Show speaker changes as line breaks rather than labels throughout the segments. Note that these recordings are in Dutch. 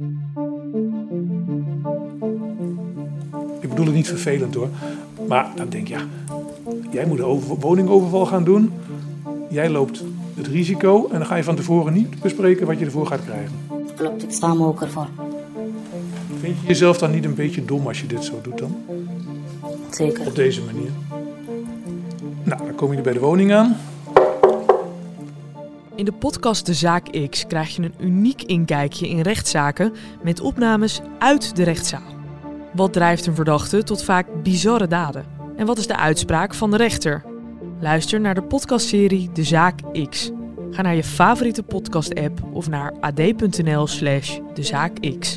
Ik bedoel het niet vervelend hoor. Maar dan denk je, ja, jij moet een woningoverval gaan doen. Jij loopt het risico en dan ga je van tevoren niet bespreken wat je ervoor gaat krijgen.
Klopt, ik sta me ook ervoor.
Vind je jezelf dan niet een beetje dom als je dit zo doet dan?
Zeker.
Op deze manier. Nou, dan kom je er bij de woning aan.
In de podcast De Zaak X krijg je een uniek inkijkje in rechtszaken met opnames uit de rechtszaal. Wat drijft een verdachte tot vaak bizarre daden? En wat is de uitspraak van de rechter? Luister naar de podcastserie De Zaak X. Ga naar je favoriete podcast-app of naar ad.nl/dezaakx.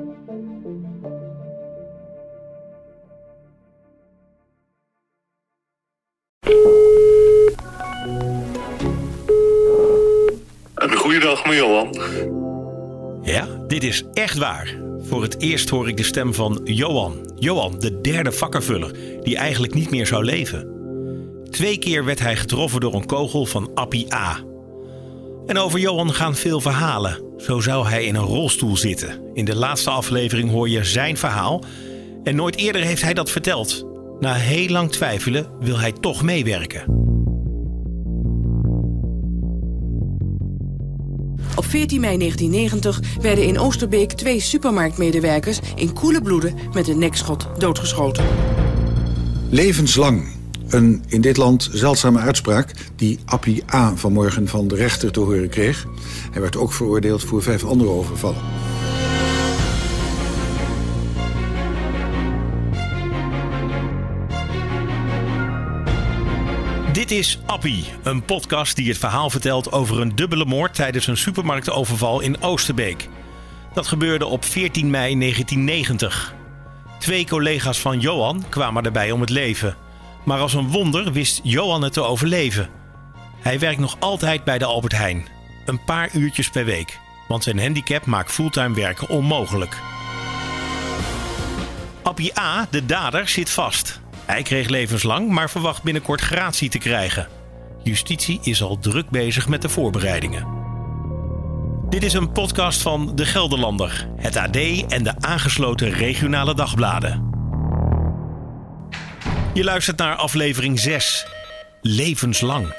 Goeiedag, met Johan.
Ja, dit is echt waar. Voor het eerst hoor ik de stem van Johan. Johan, de derde vakkenvuller, die eigenlijk niet meer zou leven. 2 keer werd hij getroffen door een kogel van Appie A. En over Johan gaan veel verhalen. Zo zou hij in een rolstoel zitten. In de laatste aflevering hoor je zijn verhaal. En nooit eerder heeft hij dat verteld. Na heel lang twijfelen wil hij toch meewerken.
Op 14 mei 1990 werden in Oosterbeek 2 supermarktmedewerkers in koele bloeden met een nekschot doodgeschoten.
Levenslang. Een in dit land zeldzame uitspraak die Appie A. vanmorgen van de rechter te horen kreeg. Hij werd ook veroordeeld voor 5 andere overvallen.
Dit is Appie, een podcast die het verhaal vertelt over een dubbele moord tijdens een supermarktoverval in Oosterbeek. Dat gebeurde op 14 mei 1990. 2 collega's van Johan kwamen erbij om het leven. Maar als een wonder wist Johan het te overleven. Hij werkt nog altijd bij de Albert Heijn. Een paar uurtjes per week. Want zijn handicap maakt fulltime werken onmogelijk. Appie A, de dader, zit vast. Hij kreeg levenslang, maar verwacht binnenkort gratie te krijgen. Justitie is al druk bezig met de voorbereidingen. Dit is een podcast van De Gelderlander, het AD en de aangesloten regionale dagbladen. Je luistert naar aflevering 6. Levenslang.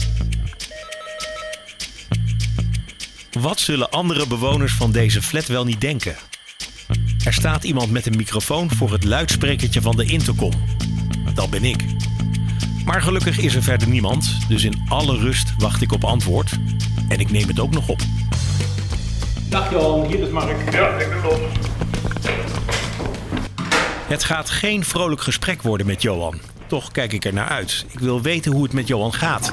Wat zullen andere bewoners van deze flat wel niet denken? Er staat iemand met een microfoon voor het luidsprekertje van de intercom. Dat ben ik. Maar gelukkig is er verder niemand, dus in alle rust wacht ik op antwoord. En ik neem het ook nog op.
Dag Johan, hier is Mark.
Ja, ik ben op.
Het gaat geen vrolijk gesprek worden met Johan. Toch kijk ik er naar uit. Ik wil weten hoe het met Johan gaat.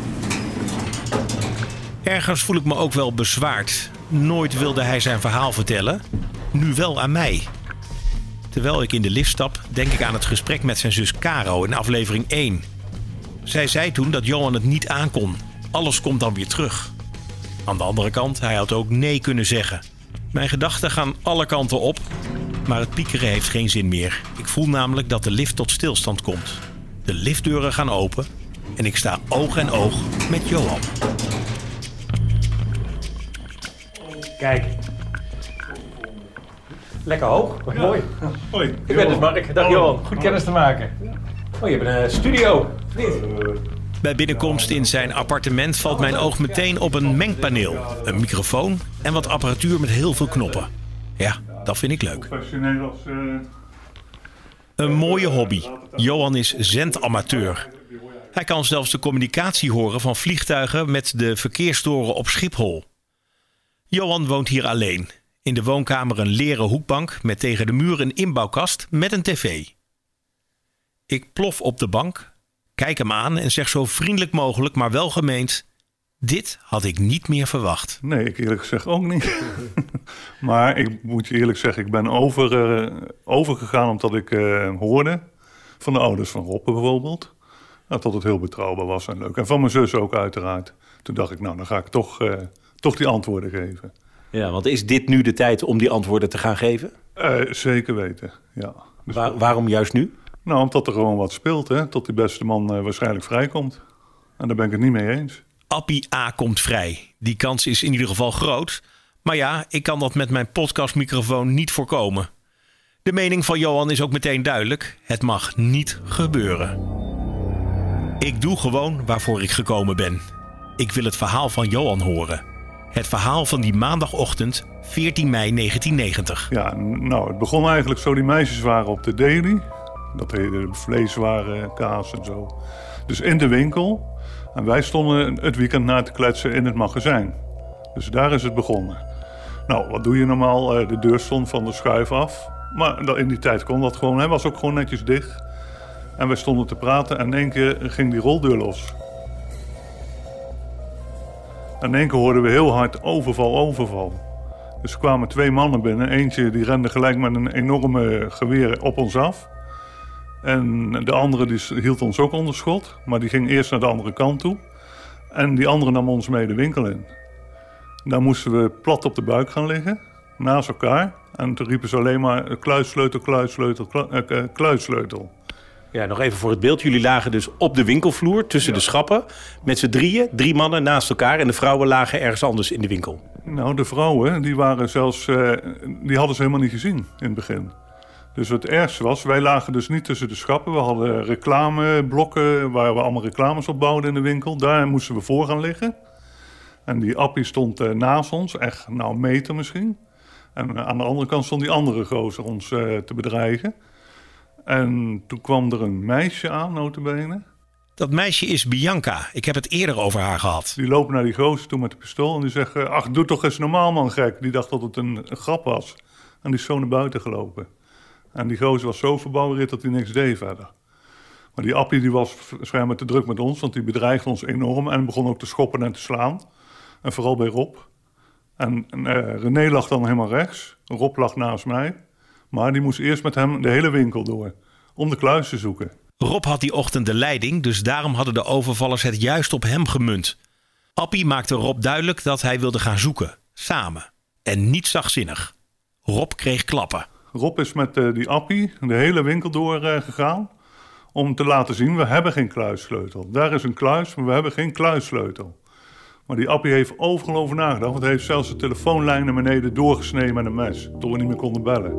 Ergens voel ik me ook wel bezwaard. Nooit wilde hij zijn verhaal vertellen. Nu wel aan mij. Terwijl ik in de lift stap, denk ik aan het gesprek met zijn zus Caro in aflevering 1. Zij zei toen dat Johan het niet aankon. Alles komt dan weer terug. Aan de andere kant, hij had ook nee kunnen zeggen. Mijn gedachten gaan alle kanten op, maar het piekeren heeft geen zin meer. Ik voel namelijk dat de lift tot stilstand komt. De liftdeuren gaan open en ik sta oog in oog met Johan.
Kijk. Lekker hoog, wat mooi.
Hoi.
Ik ben dus Mark. Dag Johan, goed kennis te maken. Oh, je hebt een studio, niet?
Bij binnenkomst in zijn appartement valt mijn oog meteen op een mengpaneel, een microfoon en wat apparatuur met heel veel knoppen. Ja, dat vind ik leuk.
Professioneel als...
Een mooie hobby. Johan is zendamateur. Hij kan zelfs de communicatie horen van vliegtuigen met de verkeerstoren op Schiphol. Johan woont hier alleen. In de woonkamer een leren hoekbank met tegen de muur een inbouwkast met een tv. Ik plof op de bank, kijk hem aan en zeg zo vriendelijk mogelijk, maar wel gemeend: dit had ik niet meer verwacht.
Nee, ik eerlijk gezegd ook niet. Maar ik moet je eerlijk zeggen, ik ben overgegaan omdat ik hoorde van de ouders van Roppe bijvoorbeeld. Dat het heel betrouwbaar was en leuk. En van mijn zus ook uiteraard. Toen dacht ik, nou, dan ga ik toch die antwoorden geven.
Ja, want is dit nu de tijd om die antwoorden te gaan geven?
Zeker weten, ja. Dus
Waarom juist nu?
Nou, omdat er gewoon wat speelt, hè. Tot die beste man waarschijnlijk vrijkomt. En daar ben ik het niet mee eens.
Appie A komt vrij. Die kans is in ieder geval groot. Maar ja, ik kan dat met mijn podcastmicrofoon niet voorkomen. De mening van Johan is ook meteen duidelijk. Het mag niet gebeuren. Ik doe gewoon waarvoor ik gekomen ben. Ik wil het verhaal van Johan horen. Het verhaal van die maandagochtend, 14 mei 1990.
Ja, nou, het begon eigenlijk zo. Die meisjes waren op de deli. Dat heette vleeswaren, kaas en zo. Dus in de winkel. En wij stonden het weekend na te kletsen in het magazijn. Dus daar is het begonnen. Nou, wat doe je normaal? De deur stond van de schuif af. Maar in die tijd kon dat gewoon. Hij was ook gewoon netjes dicht. En wij stonden te praten en in één keer ging die roldeur los. En in één keer hoorden we heel hard overval. Dus er kwamen 2 mannen binnen. Eentje die rende gelijk met een enorme geweer op ons af. En de andere die hield ons ook onder schot. Maar die ging eerst naar de andere kant toe. En die andere nam ons mee de winkel in. Daar moesten we plat op de buik gaan liggen. Naast elkaar. En toen riepen ze alleen maar kluissleutel.
Ja, nog even voor het beeld. Jullie lagen dus op de winkelvloer tussen de schappen. Met z'n drieën, 3 mannen naast elkaar. En de vrouwen lagen ergens anders in de winkel.
Nou, de vrouwen, die waren zelfs... die hadden ze helemaal niet gezien in het begin. Dus het ergste was, wij lagen dus niet tussen de schappen. We hadden reclameblokken waar we allemaal reclames op bouwden in de winkel. Daar moesten we voor gaan liggen. En die appie stond naast ons, echt een meter misschien. En aan de andere kant stond die andere gozer ons te bedreigen. En toen kwam er een meisje aan, nota bene.
Dat meisje is Bianca. Ik heb het eerder over haar gehad.
Die loopt naar die gozer toe met de pistool en die zegt... ach, doe toch eens normaal, man, gek. Die dacht dat het een grap was. En die is zo naar buiten gelopen. En die gozer was zo verbouwereerd dat hij niks deed verder. Maar die appie die was schijnbaar te druk met ons... want die bedreigde ons enorm en begon ook te schoppen en te slaan. En vooral bij Rob. En René lag dan helemaal rechts. Rob lag naast mij. Maar die moest eerst met hem de hele winkel door. Om de kluis te zoeken.
Rob had die ochtend de leiding, dus daarom hadden de overvallers het juist op hem gemunt. Appie maakte Rob duidelijk dat hij wilde gaan zoeken. Samen. En niet zachtzinnig. Rob kreeg klappen.
Rob is met die appie de hele winkel door gegaan. Om te laten zien, we hebben geen kluissleutel. Daar is een kluis, maar we hebben geen kluissleutel. Maar die appie heeft overal over nagedacht. Want hij heeft zelfs de telefoonlijn naar beneden doorgesneden met een mes. Tot we niet meer konden bellen.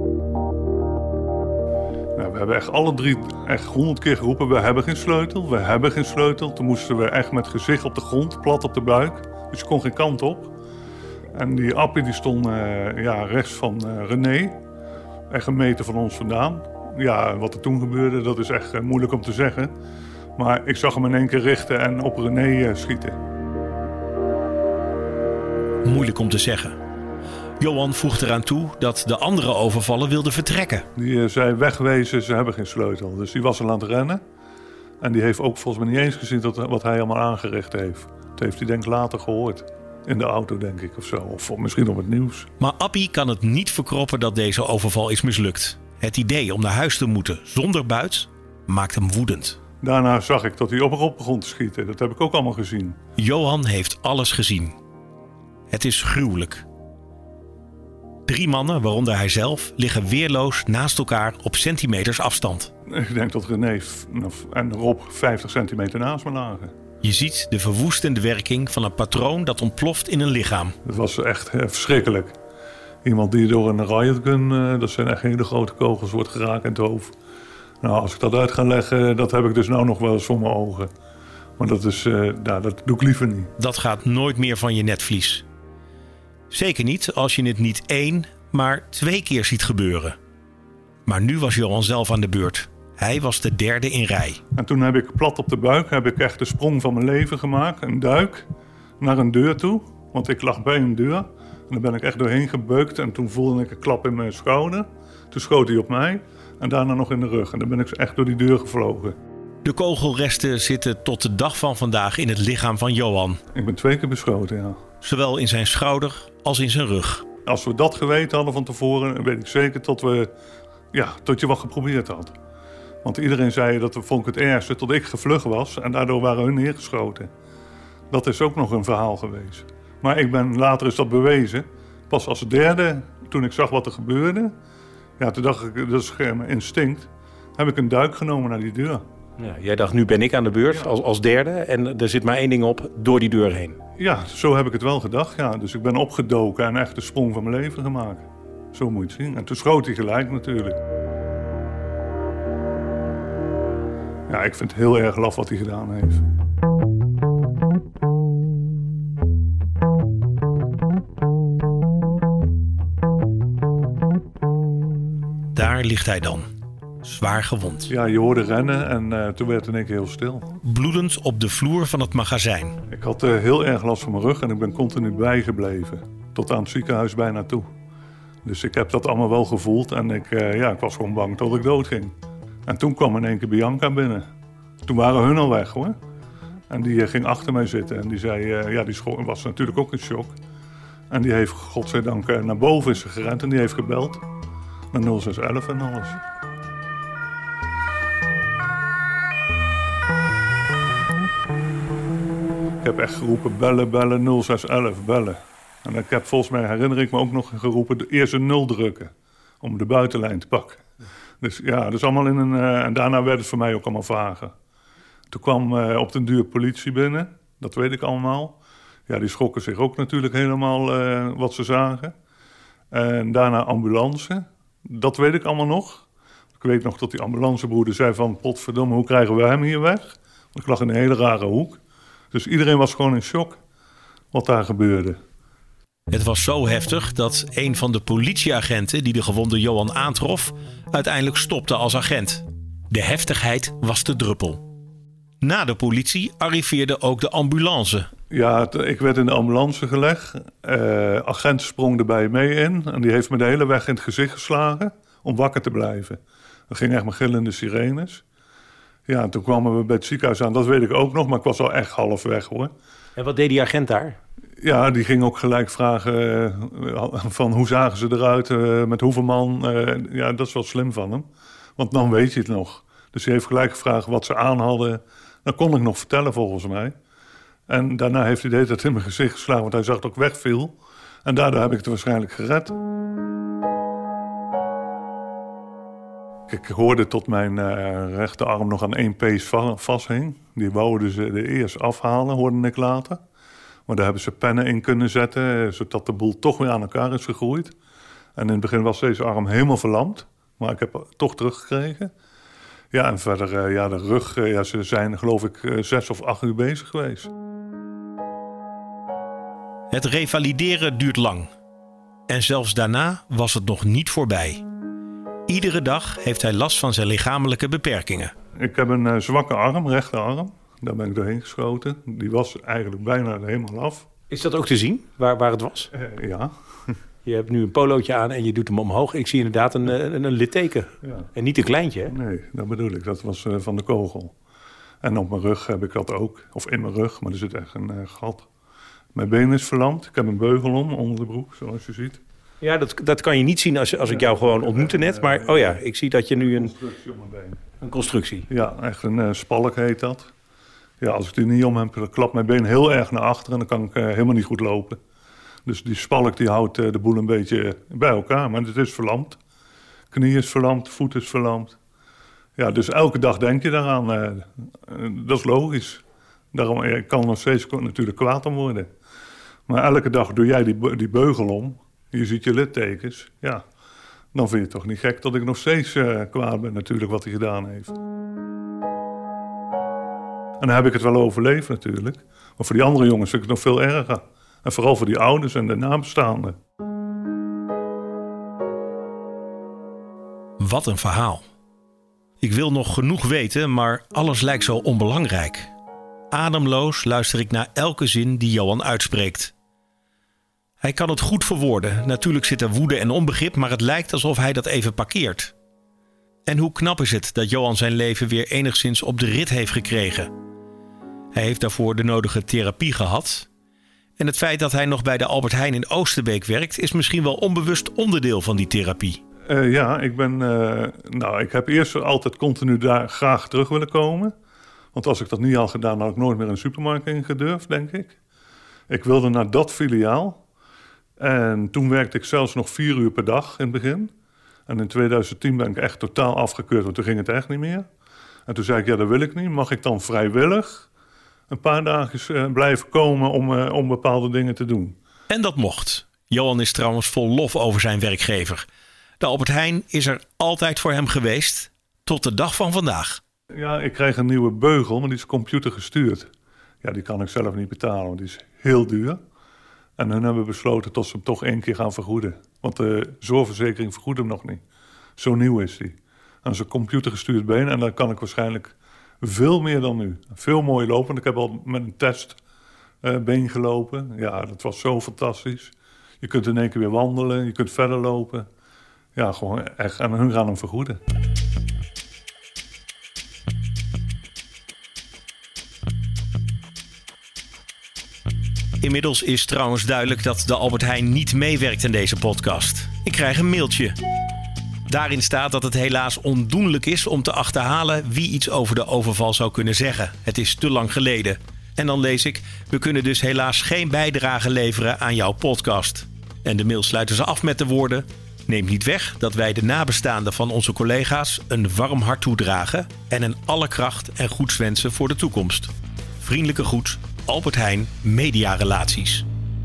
Nou, we hebben echt alle 3 echt 100 keer geroepen. We hebben geen sleutel, we hebben geen sleutel. Toen moesten we echt met gezicht op de grond, plat op de buik. Dus je kon geen kant op. En die appie die stond rechts van René. Echt een meter van ons vandaan. Ja, wat er toen gebeurde, dat is echt moeilijk om te zeggen. Maar ik zag hem in één keer richten en op René schieten.
Moeilijk om te zeggen. Johan voegt eraan toe dat de andere overvallen wilden vertrekken.
Die zei wegwezen, ze hebben geen sleutel. Dus die was al aan het rennen. En die heeft ook volgens mij niet eens gezien wat hij allemaal aangericht heeft. Dat heeft hij denk ik later gehoord. In de auto denk ik of zo. Of misschien op het nieuws.
Maar Appie kan het niet verkroppen dat deze overval is mislukt. Het idee om naar huis te moeten zonder buit maakt hem woedend.
Daarna zag ik dat hij op Rob begon te schieten. Dat heb ik ook allemaal gezien.
Johan heeft alles gezien. Het is gruwelijk. 3 mannen, waaronder hij zelf, liggen weerloos naast elkaar op centimeters afstand.
Ik denk dat René en Rob 50 centimeter naast me lagen.
Je ziet de verwoestende werking van een patroon dat ontploft in een lichaam.
Het was echt verschrikkelijk. Iemand die door een riot gun, dat zijn echt hele grote kogels, wordt geraakt in het hoofd. Nou, als ik dat uit ga leggen, dat heb ik dus nou nog wel eens voor mijn ogen. Maar dat doe ik liever niet.
Dat gaat nooit meer van je netvlies. Zeker niet als je het niet 1, maar 2 keer ziet gebeuren. Maar nu was Johan zelf aan de beurt. Hij was de 3e in rij.
En toen heb ik plat op de buik echt de sprong van mijn leven gemaakt. Een duik naar een deur toe. Want ik lag bij een deur. En daar ben ik echt doorheen gebeukt. En toen voelde ik een klap in mijn schouder. Toen schoot hij op mij. En daarna nog in de rug. En dan ben ik echt door die deur gevlogen.
De kogelresten zitten tot de dag van vandaag in het lichaam van Johan.
Ik ben 2 keer beschoten, ja.
Zowel in zijn schouder als in zijn rug.
Als we dat geweten hadden van tevoren, weet ik zeker tot je wat geprobeerd had. Want iedereen zei, dat vond ik het ergste, tot ik gevlucht was. En daardoor waren hun neergeschoten. Dat is ook nog een verhaal geweest. Maar later is dat bewezen. Pas als 3e, toen ik zag wat er gebeurde. Ja, toen dacht ik, dat is mijn instinct. Heb ik een duik genomen naar die deur.
Ja, jij dacht, nu ben ik aan de beurt als 3e. En er zit maar 1 ding op, door die deur heen.
Ja, zo heb ik het wel gedacht. Ja. Dus ik ben opgedoken en echt de sprong van mijn leven gemaakt. Zo moet je het zien. En toen schoot hij gelijk natuurlijk. Ja, ik vind het heel erg laf wat hij gedaan heeft.
Daar ligt hij dan, zwaar gewond.
Ja, je hoorde rennen en toen werd het in één keer heel stil.
Bloedend op de vloer van het magazijn.
Ik had heel erg last van mijn rug en ik ben continu bijgebleven. Tot aan het ziekenhuis bijna toe. Dus ik heb dat allemaal wel gevoeld en ik was gewoon bang tot ik doodging. En toen kwam in één keer Bianca binnen. Toen waren hun al weg hoor. En die ging achter mij zitten en die zei, die was natuurlijk ook in shock. En die heeft, godzijdank, naar boven is gerend en die heeft gebeld. Naar 0611 en alles. Ik heb echt geroepen, bellen, 0611, bellen. En ik heb volgens mij, herinner ik me ook nog geroepen, eerst een 0 drukken. Om de buitenlijn te pakken. Dus ja, dus allemaal in een... en daarna werd het voor mij ook allemaal vager. Toen kwam op den duur politie binnen. Dat weet ik allemaal. Ja, die schrokken zich ook natuurlijk helemaal wat ze zagen. En daarna ambulance. Dat weet ik allemaal nog. Ik weet nog dat die ambulancebroeder zei van... potverdomme, hoe krijgen we hem hier weg? Want ik lag in een hele rare hoek. Dus iedereen was gewoon in shock wat daar gebeurde.
Het was zo heftig dat een van de politieagenten die de gewonde Johan aantrof... uiteindelijk stopte als agent. De heftigheid was de druppel. Na de politie arriveerde ook de ambulance.
Ja, ik werd in de ambulance gelegd. Agent sprong erbij mee in. En die heeft me de hele weg in het gezicht geslagen om wakker te blijven. Dat ging echt met gillende sirenes. Ja, en toen kwamen we bij het ziekenhuis aan. Dat weet ik ook nog, maar ik was al echt half weg hoor.
En wat deed die agent daar?
Ja, die ging ook gelijk vragen van hoe zagen ze eruit, met hoeveel man. Ja, dat is wel slim van hem. Want dan weet je het nog. Dus hij heeft gelijk gevraagd wat ze aan hadden. Dat kon ik nog vertellen volgens mij. En daarna heeft hij de hele tijd in mijn gezicht geslagen, want hij zag dat ik wegviel. En daardoor heb ik het waarschijnlijk gered. Ik hoorde tot mijn rechterarm nog aan 1 pees vasthing. Die wouden ze er eerst afhalen, hoorde ik later. Maar daar hebben ze pennen in kunnen zetten, zodat de boel toch weer aan elkaar is gegroeid. En in het begin was deze arm helemaal verlamd. Maar ik heb het toch teruggekregen. Ja, en verder, de rug, ze zijn geloof ik 6 of 8 uur bezig geweest.
Het revalideren duurt lang. En zelfs daarna was het nog niet voorbij. Iedere dag heeft hij last van zijn lichamelijke beperkingen.
Ik heb een zwakke arm, rechterarm. Daar ben ik doorheen geschoten. Die was eigenlijk bijna helemaal af.
Is dat ook te zien, waar het was?
Ja.
Je hebt nu een polootje aan en je doet hem omhoog. Ik zie inderdaad een litteken. Ja. En niet een kleintje, hè?
Nee, dat bedoel ik. Dat was van de kogel. En op mijn rug heb ik dat ook. Of in mijn rug, maar er zit echt een gat. Mijn been is verlamd. Ik heb een beugel om, onder de broek, zoals je ziet.
Ja, dat kan je niet zien als ik jou gewoon ontmoette net. Maar ik zie dat je nu een
constructie om mijn been.
Een constructie?
Ja, echt een spalk heet dat. Ja, als ik die niet om heb, dan klapt mijn been heel erg naar achteren en dan kan ik helemaal niet goed lopen. Dus die spalk die houdt de boel een beetje bij elkaar, maar het is verlamd. Knie is verlamd, voet is verlamd. Ja, dus elke dag denk je daaraan. Dat is logisch. Daarom ik kan nog steeds natuurlijk kwaad om worden. Maar elke dag doe jij die beugel om. Je ziet je littekens. Ja, dan vind je het toch niet gek dat ik nog steeds kwaad ben natuurlijk wat hij gedaan heeft. En dan heb ik het wel overleefd natuurlijk. Maar voor die andere jongens vind ik het nog veel erger. En vooral voor die ouders en de nabestaanden.
Wat een verhaal. Ik wil nog genoeg weten, maar alles lijkt zo onbelangrijk. Ademloos luister ik naar elke zin die Johan uitspreekt. Hij kan het goed verwoorden. Natuurlijk zit er woede en onbegrip, maar het lijkt alsof hij dat even parkeert. En hoe knap is het dat Johan zijn leven weer enigszins op de rit heeft gekregen. Hij heeft daarvoor de nodige therapie gehad. En het feit dat hij nog bij de Albert Heijn in Oosterbeek werkt, is misschien wel onbewust onderdeel van die therapie.
Ik heb eerst altijd continu daar graag terug willen komen. Want als ik dat niet had gedaan, had ik nooit meer een supermarkt in gedurfd, denk ik. Ik wilde naar dat filiaal. En toen werkte ik zelfs nog 4 uur per dag in het begin. En in 2010 ben ik echt totaal afgekeurd, want toen ging het echt niet meer. En toen zei ik, ja, dat wil ik niet. Mag ik dan vrijwillig een paar dagen blijven komen om bepaalde dingen te doen.
En dat mocht. Johan is trouwens vol lof over zijn werkgever. De Albert Heijn is er altijd voor hem geweest, tot de dag van vandaag.
Ja, ik kreeg een nieuwe beugel, maar die is computergestuurd. Ja, die kan ik zelf niet betalen, want die is heel duur. En hun hebben besloten tot ze hem toch 1 keer gaan vergoeden. Want de zorgverzekering vergoedt hem nog niet. Zo nieuw is die. En zo'n computergestuurd been, en dan kan ik waarschijnlijk veel meer dan nu. Veel mooier lopen, want ik heb al met een testbeen gelopen. Ja, dat was zo fantastisch. Je kunt in 1 keer weer wandelen, je kunt verder lopen. Ja, gewoon echt. En hun gaan hem vergoeden.
Inmiddels is trouwens duidelijk dat de Albert Heijn niet meewerkt in deze podcast. Ik krijg een mailtje. Daarin staat dat het helaas ondoenlijk is om te achterhalen wie iets over de overval zou kunnen zeggen. Het is te lang geleden. En dan lees ik, we kunnen dus helaas geen bijdrage leveren aan jouw podcast. En de mail sluiten ze af met de woorden: neem niet weg dat wij de nabestaanden van onze collega's een warm hart toedragen en hen alle kracht en goeds wensen voor de toekomst. Vriendelijke groet, Albert Heijn Mediarelaties.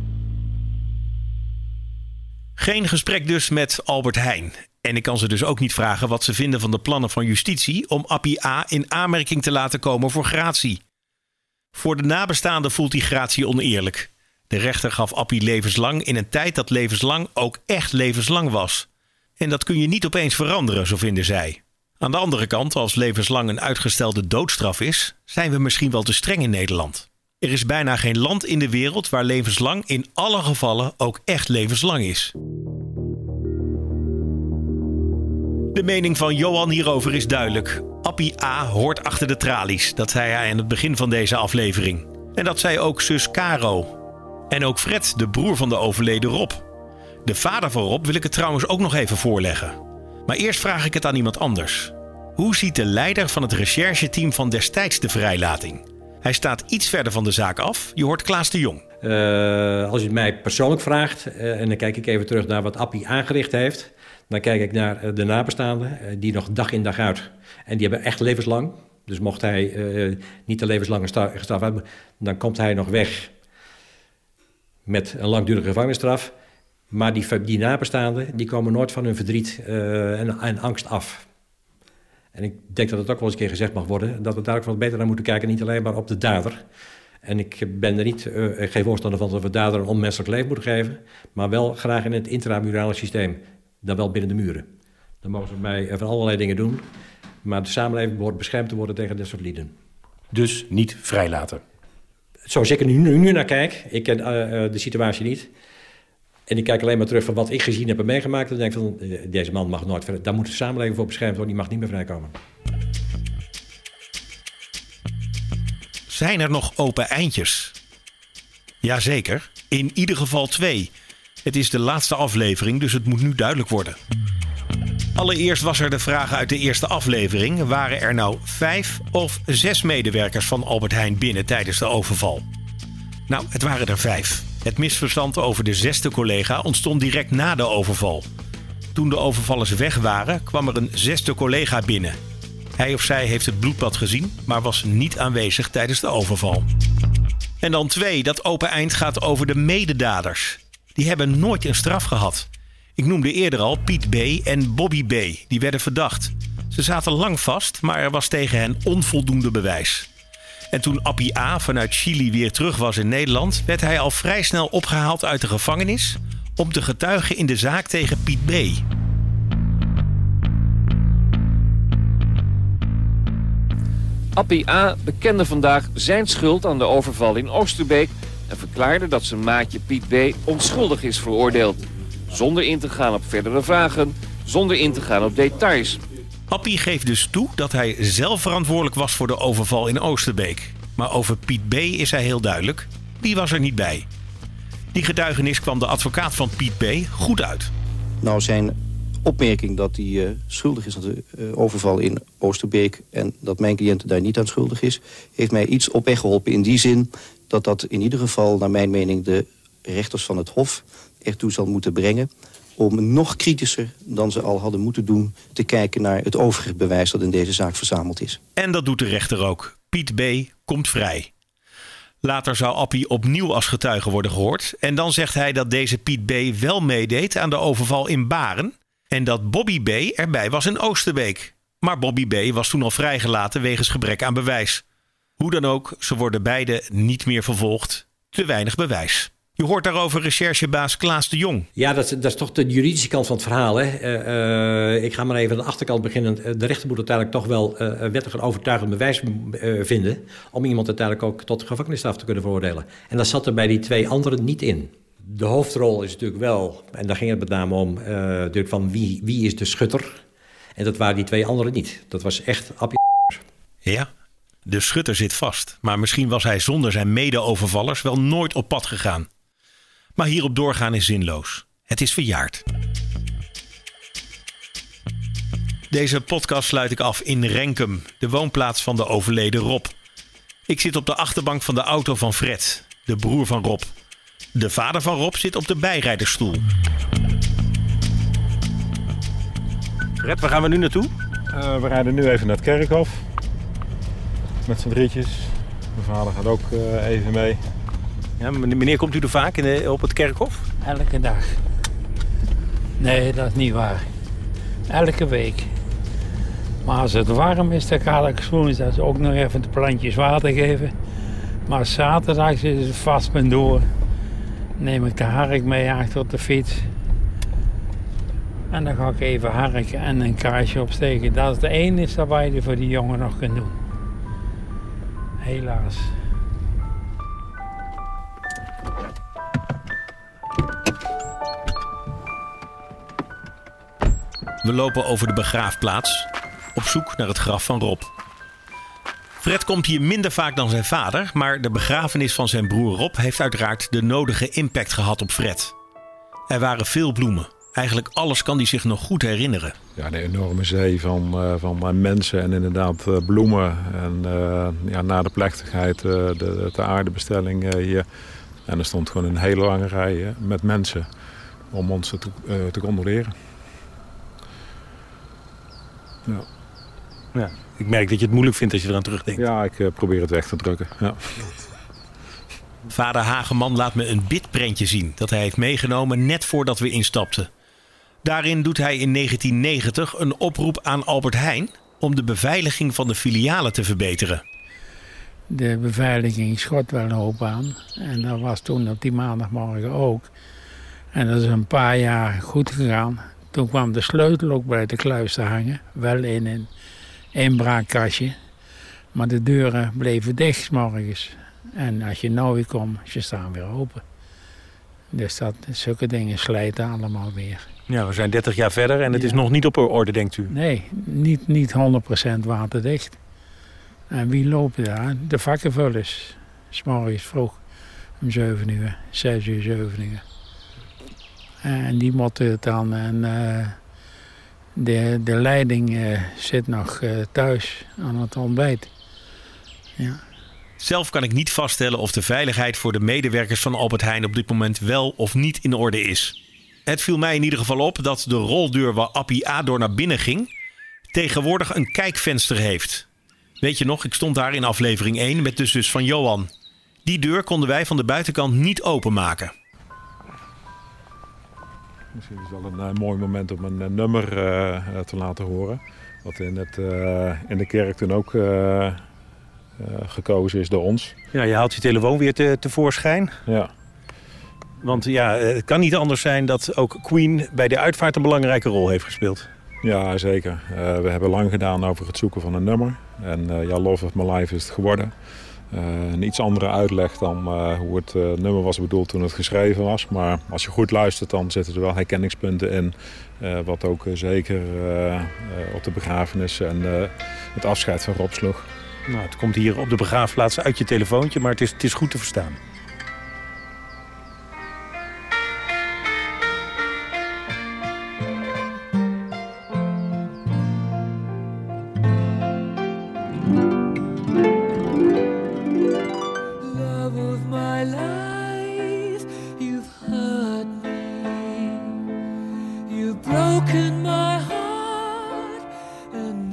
Geen gesprek dus met Albert Heijn. En ik kan ze dus ook niet vragen wat ze vinden van de plannen van justitie om Appie A. in aanmerking te laten komen voor gratie. Voor de nabestaanden voelt die gratie oneerlijk. De rechter gaf Appie levenslang in een tijd dat levenslang ook echt levenslang was. En dat kun je niet opeens veranderen, zo vinden zij. Aan de andere kant, als levenslang een uitgestelde doodstraf is, zijn we misschien wel te streng in Nederland. Er is bijna geen land in de wereld waar levenslang in alle gevallen ook echt levenslang is. De mening van Johan hierover is duidelijk. Appie A. hoort achter de tralies, dat zei hij aan het begin van deze aflevering. En dat zei ook zus Caro. En ook Fred, de broer van de overleden Rob. De vader van Rob wil ik het trouwens ook nog even voorleggen. Maar eerst vraag ik het aan iemand anders. Hoe ziet de leider van het rechercheteam van destijds de vrijlating? Hij staat iets verder van de zaak af. Je hoort Klaas de Jong.
Als je het mij persoonlijk vraagt, en dan kijk ik even terug naar wat Appie aangericht heeft, dan kijk ik naar de nabestaanden, die nog dag in dag uit. En die hebben echt levenslang. Dus mocht hij niet de levenslange straf hebben, dan komt hij nog weg met een langdurige gevangenisstraf. Maar die nabestaanden, die komen nooit van hun verdriet en angst af. En ik denk dat het ook wel eens een keer gezegd mag worden, dat we daar ook wat beter naar moeten kijken, niet alleen maar op de dader. En ik ben er niet geen voorstander van dat we dader een onmenselijk leven moeten geven, maar wel graag in het intramurale systeem, dan wel binnen de muren. Dan mogen ze mij van allerlei dingen doen, maar de samenleving behoort beschermd te worden tegen dit soort lieden.
Dus niet vrijlaten?
Zoals ik er nu naar kijk, ik ken de situatie niet. En ik kijk alleen maar terug van wat ik gezien heb en meegemaakt. En denk van, deze man mag nooit verder. Daar moet de samenleving voor beschermd worden. Die mag niet meer vrijkomen.
Zijn er nog open eindjes? Jazeker. In ieder geval 2. Het is de laatste aflevering, dus het moet nu duidelijk worden. Allereerst was er de vraag uit de eerste aflevering. Waren er nou 5 of 6 medewerkers van Albert Heijn binnen tijdens de overval? Nou, het waren er 5. Het misverstand over de 6e collega ontstond direct na de overval. Toen de overvallers weg waren, kwam er een 6e collega binnen. Hij of zij heeft het bloedbad gezien, maar was niet aanwezig tijdens de overval. En dan 2, dat open eind gaat over de mededaders. Die hebben nooit een straf gehad. Ik noemde eerder al Piet B. en Bobby B. Die werden verdacht. Ze zaten lang vast, maar er was tegen hen onvoldoende bewijs. En toen Appie A. vanuit Chili weer terug was in Nederland, werd hij al vrij snel opgehaald uit de gevangenis om te getuigen in de zaak tegen Piet B.
Appie A. bekende vandaag zijn schuld aan de overval in Oosterbeek en verklaarde dat zijn maatje Piet B. onschuldig is veroordeeld. Zonder in te gaan op verdere vragen, zonder in te gaan op details.
Appie geeft dus toe dat hij zelf verantwoordelijk was voor de overval in Oosterbeek. Maar over Piet B. is hij heel duidelijk. Die was er niet bij. Die getuigenis kwam de advocaat van Piet B. goed uit.
Nou, zijn opmerking dat hij schuldig is aan de overval in Oosterbeek en dat mijn cliënt daar niet aan schuldig is, heeft mij iets op weg geholpen in die zin dat dat in ieder geval, naar mijn mening, de rechters van het Hof ertoe zal moeten brengen om nog kritischer dan ze al hadden moeten doen te kijken naar het overige bewijs dat in deze zaak verzameld is.
En dat doet de rechter ook. Piet B. komt vrij. Later zou Appie opnieuw als getuige worden gehoord. En dan zegt hij dat deze Piet B. wel meedeed aan de overval in Baren. En dat Bobby B. erbij was in Oosterbeek. Maar Bobby B. was toen al vrijgelaten wegens gebrek aan bewijs. Hoe dan ook, ze worden beide niet meer vervolgd. Te weinig bewijs. Je hoort daarover recherchebaas Klaas de Jong.
Ja, dat is toch de juridische kant van het verhaal. Hè? Ik ga maar even aan de achterkant beginnen. De rechter moet uiteindelijk toch wel wettig en overtuigend bewijs vinden... om iemand uiteindelijk ook tot gevangenisstraf te kunnen veroordelen. En dat zat er bij die 2 anderen niet in. De hoofdrol is natuurlijk wel, en daar ging het met name om... van wie is de schutter? En dat waren die 2 anderen niet. Dat was echt Appie.
Ja, de schutter zit vast. Maar misschien was hij zonder zijn mede-overvallers wel nooit op pad gegaan. Maar hierop doorgaan is zinloos. Het is verjaard. Deze podcast sluit ik af in Renkum, de woonplaats van de overleden Rob. Ik zit op de achterbank van de auto van Fred, de broer van Rob. De vader van Rob zit op de bijrijdersstoel.
Fred, waar gaan we nu naartoe?
We rijden nu even naar het kerkhof. Met z'n drietjes. Mijn vader gaat ook even mee.
Ja, meneer, komt u er vaak op het kerkhof?
Elke dag. Nee, dat is niet waar. Elke week. Maar als het warm is, dan ga ik woensdag ook nog even de plantjes water geven. Maar zaterdag is het vast ben door. Neem ik de hark mee achter op de fiets. En dan ga ik even harken en een kaarsje opsteken. Dat is het enige wat je voor die jongen nog kunt doen. Helaas.
We lopen over de begraafplaats, op zoek naar het graf van Rob. Fred komt hier minder vaak dan zijn vader, maar de begrafenis van zijn broer Rob heeft uiteraard de nodige impact gehad op Fred. Er waren veel bloemen. Eigenlijk alles kan hij zich nog goed herinneren.
Ja, een enorme zee van mensen en inderdaad bloemen. En na de plechtigheid de aardebestelling hier. En er stond gewoon een hele lange rij met mensen om ons te condoleren. Ja.
Ja, ik merk dat je het moeilijk vindt als je eraan terugdenkt.
Ja, ik probeer het weg te drukken. Ja.
Vader Hageman laat me een bidprentje zien dat hij heeft meegenomen net voordat we instapten. Daarin doet hij in 1990 een oproep aan Albert Heijn om de beveiliging van de filialen te verbeteren.
De beveiliging schot wel een hoop aan. En dat was toen op die maandagmorgen ook. En dat is een paar jaar goed gegaan. Toen kwam de sleutel ook bij de kluis te hangen. Wel in een inbraakkastje. Maar de deuren bleven dicht 's morgens. En als je nou weer komt, ze staan weer open. Dus zulke dingen slijten allemaal weer.
Ja, we zijn 30 jaar verder en het is nog niet op orde, denkt u?
Nee, niet 100% waterdicht. En wie lopen daar? De vakkenvullers. 's morgens vroeg om 7 uur, 6 uur, 7 uur. En die moeten het dan. En de leiding zit nog thuis aan het ontbijt. Ja.
Zelf kan ik niet vaststellen of de veiligheid voor de medewerkers van Albert Heijn op dit moment wel of niet in orde is. Het viel mij in ieder geval op dat de roldeur waar Appie A door naar binnen ging tegenwoordig een kijkvenster heeft. Weet je nog, ik stond daar in aflevering 1 met de zus van Johan. Die deur konden wij van de buitenkant niet openmaken.
Misschien is het wel een mooi moment om een nummer te laten horen. Wat in de kerk toen ook gekozen is door ons.
Ja, je haalt je telefoon weer tevoorschijn.
Ja.
Want ja, het kan niet anders zijn dat ook Queen bij de uitvaart een belangrijke rol heeft gespeeld.
Ja, zeker. We hebben lang gedaan over het zoeken van een nummer. En Love of My Life is het geworden. Een iets andere uitleg dan hoe het nummer was bedoeld toen het geschreven was. Maar als je goed luistert, dan zitten er wel herkenningspunten in. Wat ook zeker op de begrafenis en het afscheid van Rob sloeg.
Nou, het komt hier op de begraafplaats uit je telefoontje, maar het is goed te verstaan.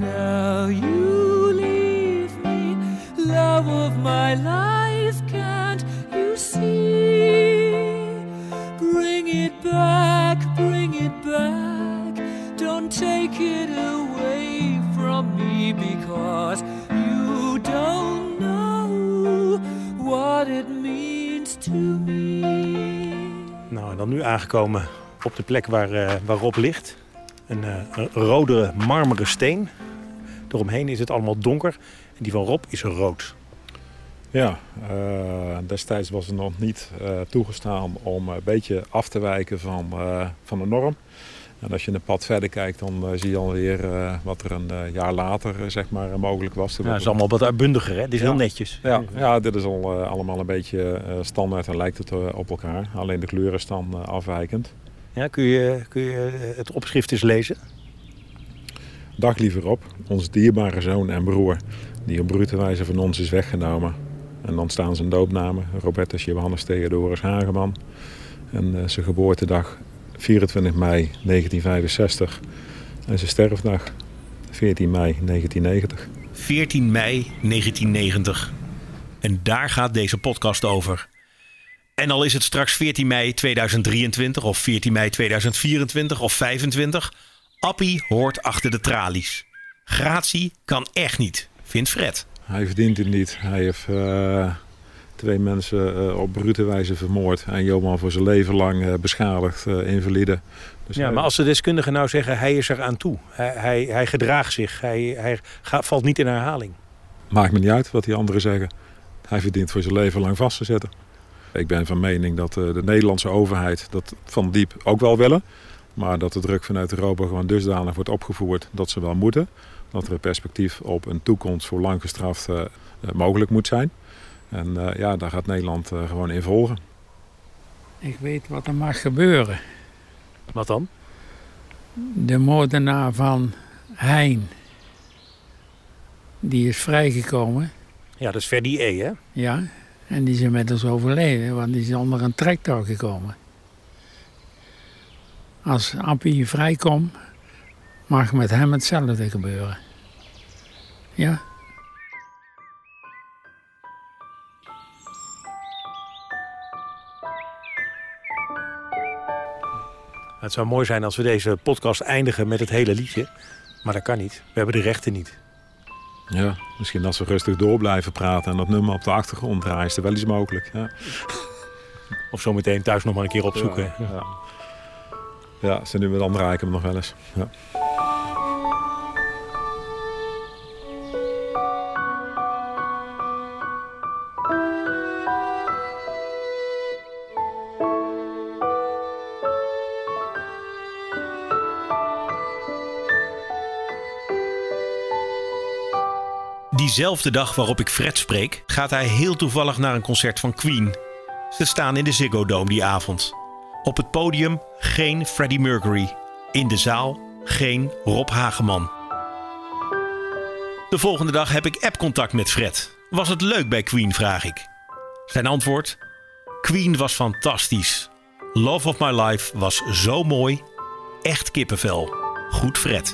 Love of my life can don't take it away from me, because you don't know what it means to me.
Nou, en dan nu aangekomen op de plek waar Rob ligt. Een rode marmeren steen. Eromheen is het allemaal donker. En die van Rob is rood.
Ja, destijds was het nog niet toegestaan om een beetje af te wijken van de norm. En als je een pad verder kijkt, dan zie je alweer wat er een jaar later mogelijk was.
Ja, het is allemaal wat uitbundiger, hè? Dit is heel netjes.
Ja, dit is allemaal een beetje standaard en lijkt het op elkaar. Alleen de kleur is dan afwijkend.
Ja, kun je het opschrift eens lezen?
Dag lieve Rob, onze dierbare zoon en broer, die op brute wijze van ons is weggenomen. En dan staan zijn doopnamen, Robertus Johannes Theodorus Hageman. En zijn geboortedag 24 mei 1965. En zijn sterfdag 14 mei 1990.
14 mei 1990. En daar gaat deze podcast over. En al is het straks 14 mei 2023 of 14 mei 2024 of 25... Appie hoort achter de tralies. Gratie kan echt niet, vindt Fred.
Hij verdient het niet. Hij heeft 2 mensen op brute wijze vermoord. En Johan voor zijn leven lang beschadigd, invalide. Dus
ja, maar als de deskundigen nou zeggen, hij is er aan toe. Hij gedraagt zich. Hij valt niet in herhaling.
Maakt me niet uit wat die anderen zeggen. Hij verdient voor zijn leven lang vast te zitten. Ik ben van mening dat de Nederlandse overheid dat van diep ook wel willen. Maar dat de druk vanuit Europa gewoon dusdanig wordt opgevoerd dat ze wel moeten. Dat er een perspectief op een toekomst voor lang gestraft mogelijk moet zijn. En daar gaat Nederland gewoon in volgen.
Ik weet wat er mag gebeuren.
Wat dan?
De moordenaar van Hein, die is vrijgekomen.
Ja, dat is Ferdi E, hè?
Ja, en die is inmiddels overleden, want die is onder een tractor gekomen. Als Appie vrijkomt, mag met hem hetzelfde gebeuren. Ja.
Het zou mooi zijn als we deze podcast eindigen met het hele liedje. Maar dat kan niet. We hebben de rechten niet.
Ja, misschien als we rustig door blijven praten en dat nummer op de achtergrond draaien, is er wel iets mogelijk. Ja.
Of zometeen thuis nog maar een keer opzoeken.
Ja, ze nu met dan draai ik hem nog wel eens. Ja.
Diezelfde dag waarop ik Fred spreek, gaat hij heel toevallig naar een concert van Queen. Ze staan in de Ziggo Dome die avond. Op het podium geen Freddie Mercury. In de zaal geen Rob Hageman. De volgende dag heb ik appcontact met Fred. Was het leuk bij Queen, vraag ik. Zijn antwoord? Queen was fantastisch. Love of My Life was zo mooi. Echt kippenvel. Goed Fred.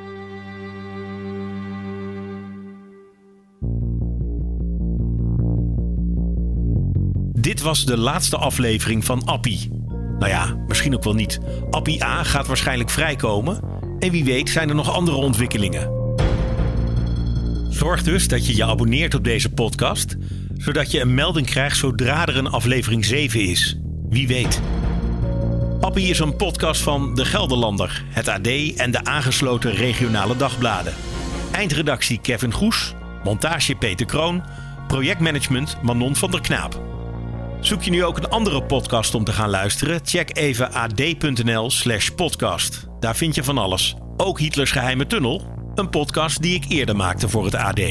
Dit was de laatste aflevering van Appie. Nou ja, misschien ook wel niet. Appie A gaat waarschijnlijk vrijkomen. En wie weet zijn er nog andere ontwikkelingen. Zorg dus dat je je abonneert op deze podcast, zodat je een melding krijgt zodra er een aflevering 7 is. Wie weet. Appie is een podcast van De Gelderlander, het AD en de aangesloten regionale dagbladen. Eindredactie Kevin Goes, montage Peter Kroon, projectmanagement Manon van der Knaap. Zoek je nu ook een andere podcast om te gaan luisteren? Check even ad.nl/podcast. Daar vind je van alles. Ook Hitlers Geheime Tunnel, een podcast die ik eerder maakte voor het AD.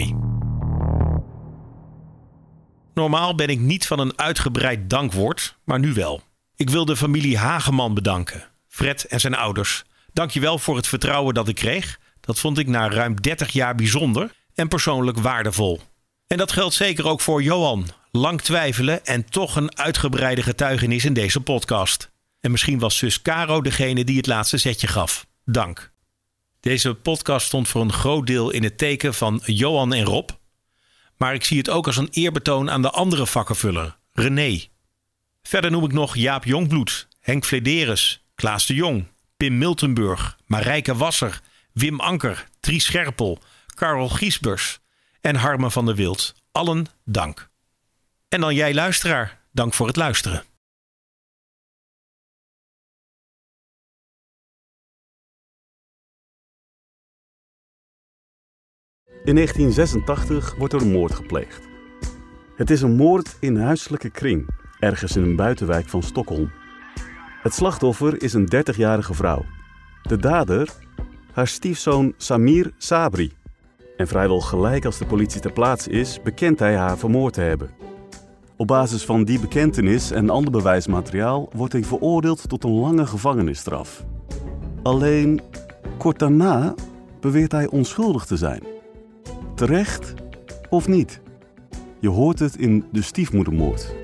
Normaal ben ik niet van een uitgebreid dankwoord, maar nu wel. Ik wil de familie Hageman bedanken. Fred en zijn ouders. Dankjewel voor het vertrouwen dat ik kreeg. Dat vond ik na ruim 30 jaar bijzonder en persoonlijk waardevol. En dat geldt zeker ook voor Johan. Lang twijfelen en toch een uitgebreide getuigenis in deze podcast. En misschien was zus Caro degene die het laatste zetje gaf. Dank. Deze podcast stond voor een groot deel in het teken van Johan en Rob. Maar ik zie het ook als een eerbetoon aan de andere vakkenvuller, René. Verder noem ik nog Jaap Jongbloed, Henk Flederis, Klaas de Jong, Pim Miltenburg, Marijke Wasser, Wim Anker, Dries Scherpel, Karel Giesbers en Harme van der Wild. Allen dank. En dan jij luisteraar, dank voor het luisteren.
In 1986 wordt er een moord gepleegd. Het is een moord in huiselijke kring, ergens in een buitenwijk van Stockholm. Het slachtoffer is een 30-jarige vrouw. De dader, haar stiefzoon Samir Sabri. En vrijwel gelijk als de politie ter plaatse is, bekent hij haar vermoord te hebben. Op basis van die bekentenis en ander bewijsmateriaal wordt hij veroordeeld tot een lange gevangenisstraf. Alleen, kort daarna beweert hij onschuldig te zijn. Terecht of niet? Je hoort het in De Stiefmoedermoord.